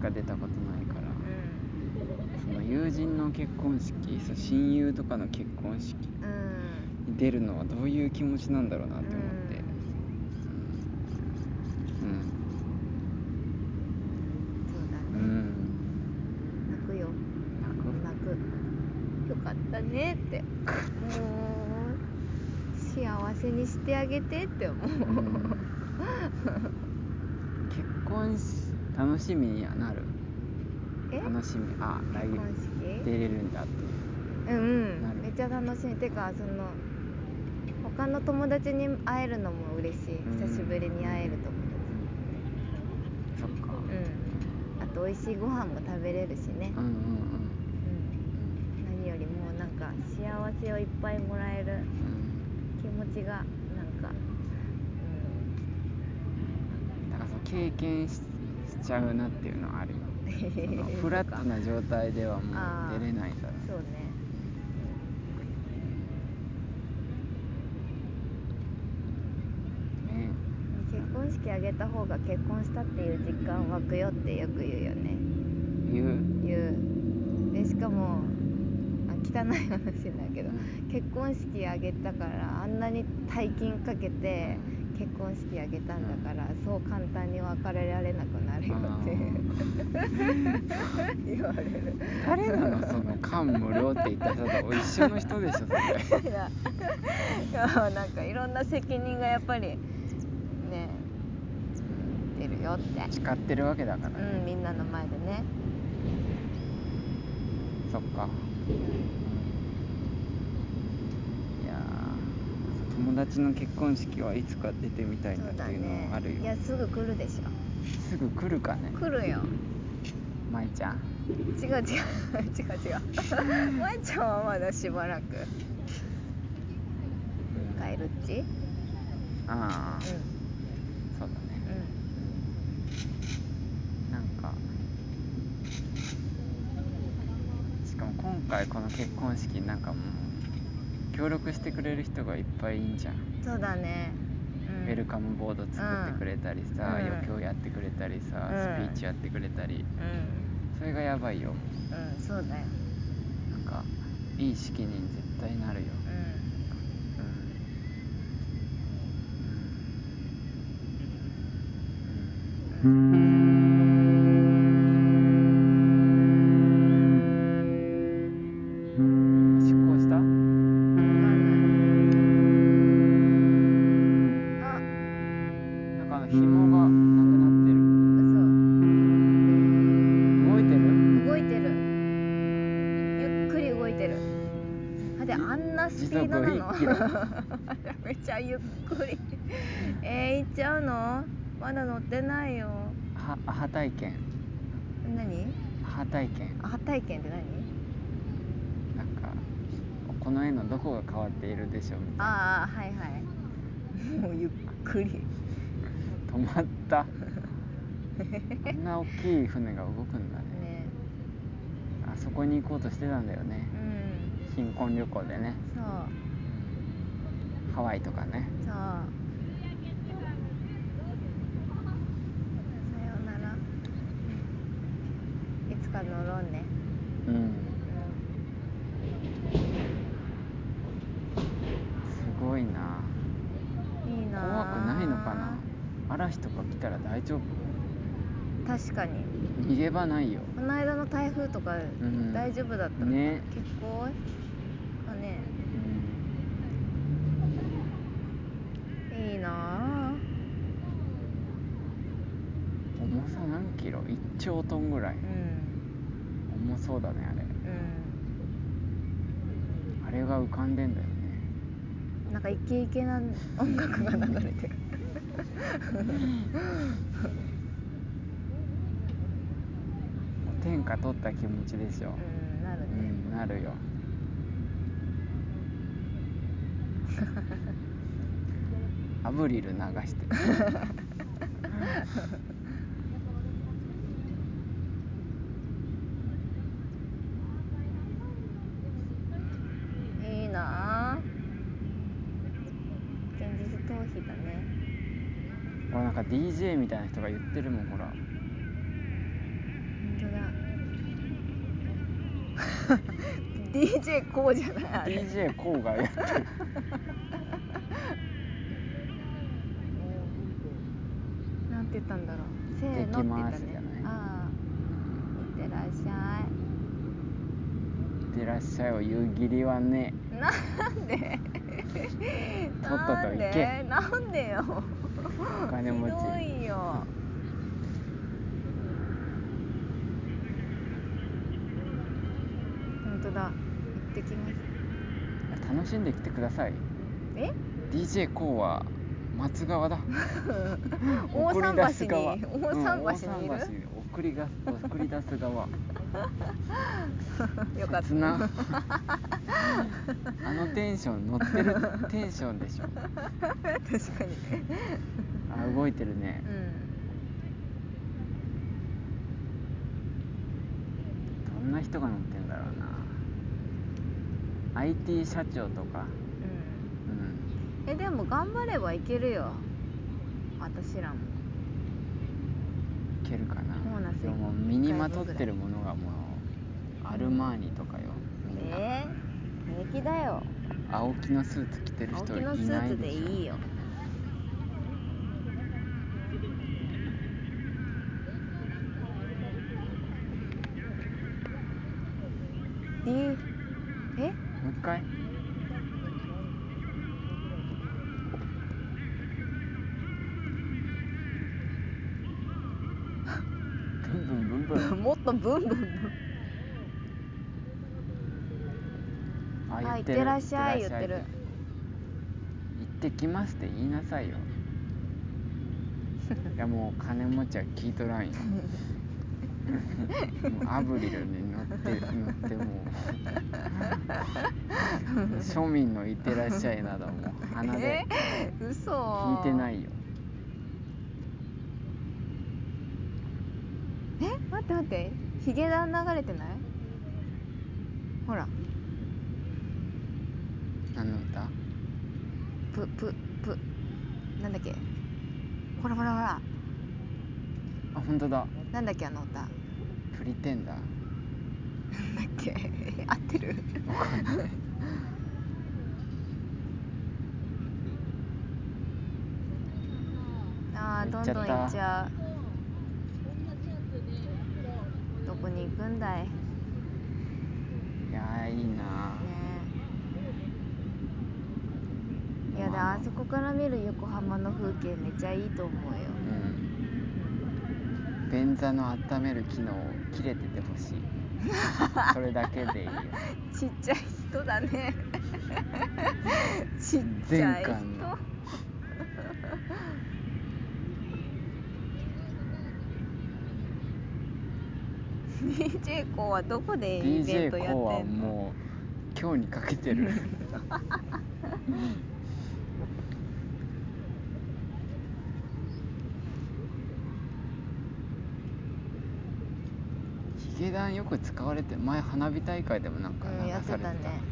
か出たことないから、その友人の結婚式、そう親友とかの結婚式に出るのはどういう気持ちなんだろうなって思って、 そうだね、泣くよ。泣く。よかったねってもう幸せにしてあげてって思う。 結婚楽しみにはなる。楽しみ、来結婚式出れるんだっていう。 めっちゃ楽しみ。てかその他の友達に会えるのも嬉しい。久しぶりに会える友達。そっか。 あと美味しいご飯も食べれるしね。何よりもなんか幸せをいっぱいもらえる気持ちがなんか、 だからそう経験 しちゃうなっていうのはあるよ。そのフラットな状態ではもう出れないから。 そうね。結婚式あげた方が結婚したっていう実感湧くよってよく言うよね。言う。でしかも汚い話だけど、結婚式あげたからあんなに大金かけて結婚式あげたんだから、そう簡単に別れられなくなるよって言われる。 誰なのその感無量って言った人と一緒の人でしょそれ。 いやなんかいろんな責任がやっぱりね出るよって誓ってるわけだからね、 みんなの前でね。 そっか。いや友達の結婚式はいつか出てみたいなっていうのはあるよ。 いやすぐ来るでしょ。 すぐ来るかね。 来るよ。 舞ちゃん。 違う舞ちゃんはまだしばらく。カエルっち。 そうだね。なんかしかも今回この結婚式なんかもう協力してくれる人がいっぱいいんじゃん。 そうだね。 ウェルカムボード作ってくれたりさ、余興やってくれたりさ、スピーチやってくれたり、それがやばいよもう。 そうだよ。 なんかいい式に絶対なるよ。執行した？ わかんない。 なんか紐がなくなってる。動いてる？ 動いてる。ゆっくり動いてる。であんなスピードなの？ 時速1キロ。 めっちゃゆっくり。行っちゃうの？まだ乗ってないよ。 アハ体験。 何？ アハ体験。 アハ体験って何？ なんかこの絵のどこが変わっているでしょうみたいな。 はいはい。もうゆっくり止まった。あんな大きい船が動くんだね。あそこに行こうとしてたんだよね。新婚旅行でね。 そう、 ハワイとかね。 そう。さようなら。いつか乗ろうね。 すごいな。 いいな。 怖くないのかな。嵐とか来たら大丈夫？ 確かに逃げ場ないよ。 この間の台風とか大丈夫だったの？ ね。 結構だね。いいな。 重さ何キロ？1兆トンぐらい。重そうだねあれ。あれが浮かんでんだよね。 なんかイケイケな音楽が流れてる。 天下取った気持ちでしょ。 なるね。 なるよ。アブリル流していいな。現実逃避だね。 これなんか DJ みたいな人が言ってるもんほら。 DJ コウじゃないあれ。 DJ コウがやってるなんて言ったんだろう。せーのって言ったできますね。 じゃない。 ああ、いってらっしゃいってらっしゃいを言う義理はね。 なんでとっとと行け。 なんでよ。 お金持ち。 ひどいよ。本当だ。行ってきます。 楽しんできてください。 え DJ コウは松川だ大送り桟出す側。 橋に大桟橋にいる、 送り出す側よかった切なあのテンション乗ってるテンションでしょ。 確かに。 あ、動いてるね。どんな人が乗ってんだろうな。 IT 社長とか。 でも頑張ればいけるよ、私らも。 いけるかな。 ボーナスでも身にまとってるものがもうアルマーニとかよ、みんな。 平気だよ。 青木のスーツ着てる人いないでしょ。 青木のスーツでいいよ。 もう一回。ブンブンブンブンもっとブンブンブン。 あ、 いってらっしゃい言ってる。 行ってきますって言いなさいよ。いやもう金持ちは聞いとらんよもうアブリルに乗ってもう庶民のいってらっしゃいなどもう鼻で嘘聞いてないよ。 待ってヒゲダン流れてない？ほら、 何の歌？ なんだっけ、ほら。 あ、本当だ。 なんだっけあの歌。 プリテンダー。 なんだっけ合ってる？ わかんないどんどん行っちゃう。どこに行くんだい。 いやー、いいないやであそこから見る横浜の風景めっちゃいいと思うよ。 便座の温める機能切れててほしいそれだけでいいよ。 ちっちゃい人だねちっちゃい人。DJ コウはどこでイベントやってんの？ DJ コウはもう今日にかけてるヒゲダンよく使われて、前花火大会でもなんか流されてた、 やってたね。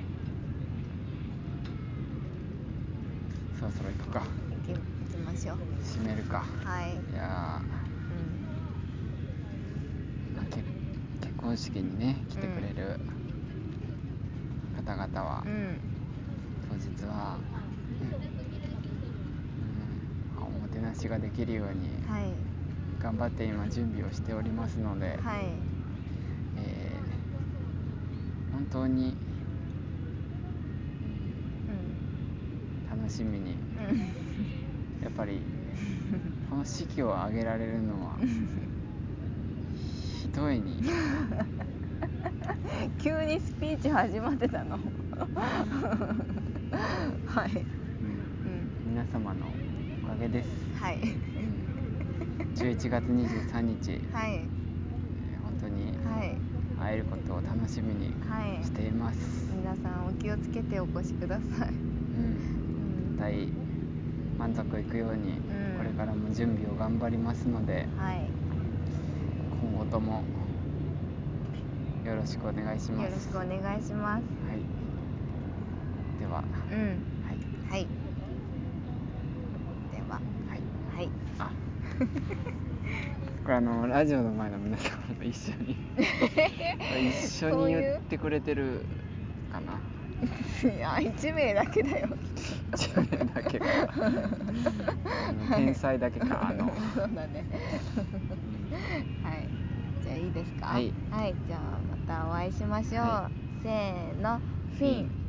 そろそろ行くか。 行きましょう。 締めるか。 はい。 いや結婚式にね来てくれる方々は、当日は、おもてなしができるように頑張って今準備をしておりますので、本当に、楽しみにやっぱりこの式を挙げられるのはひとえに急にスピーチ始まってたのはい、 皆様のおかげです。 はい、 11月23日、本当に会えることを楽しみにしています。 皆さんお気をつけてお越しください。 大満足いくように、これからも準備を頑張りますので、今後ともよろしくお願いします。 よろしくお願いします。 では、 では、 あこれラジオの前の皆さんも一緒に一緒に言ってくれてるかな。 いや1名だけだよ。 1名だけか天才だけかそうだねはい、じゃあいいですか。 はい、 はい、じゃあまたお会いしましょう、はい、せーの、フィン。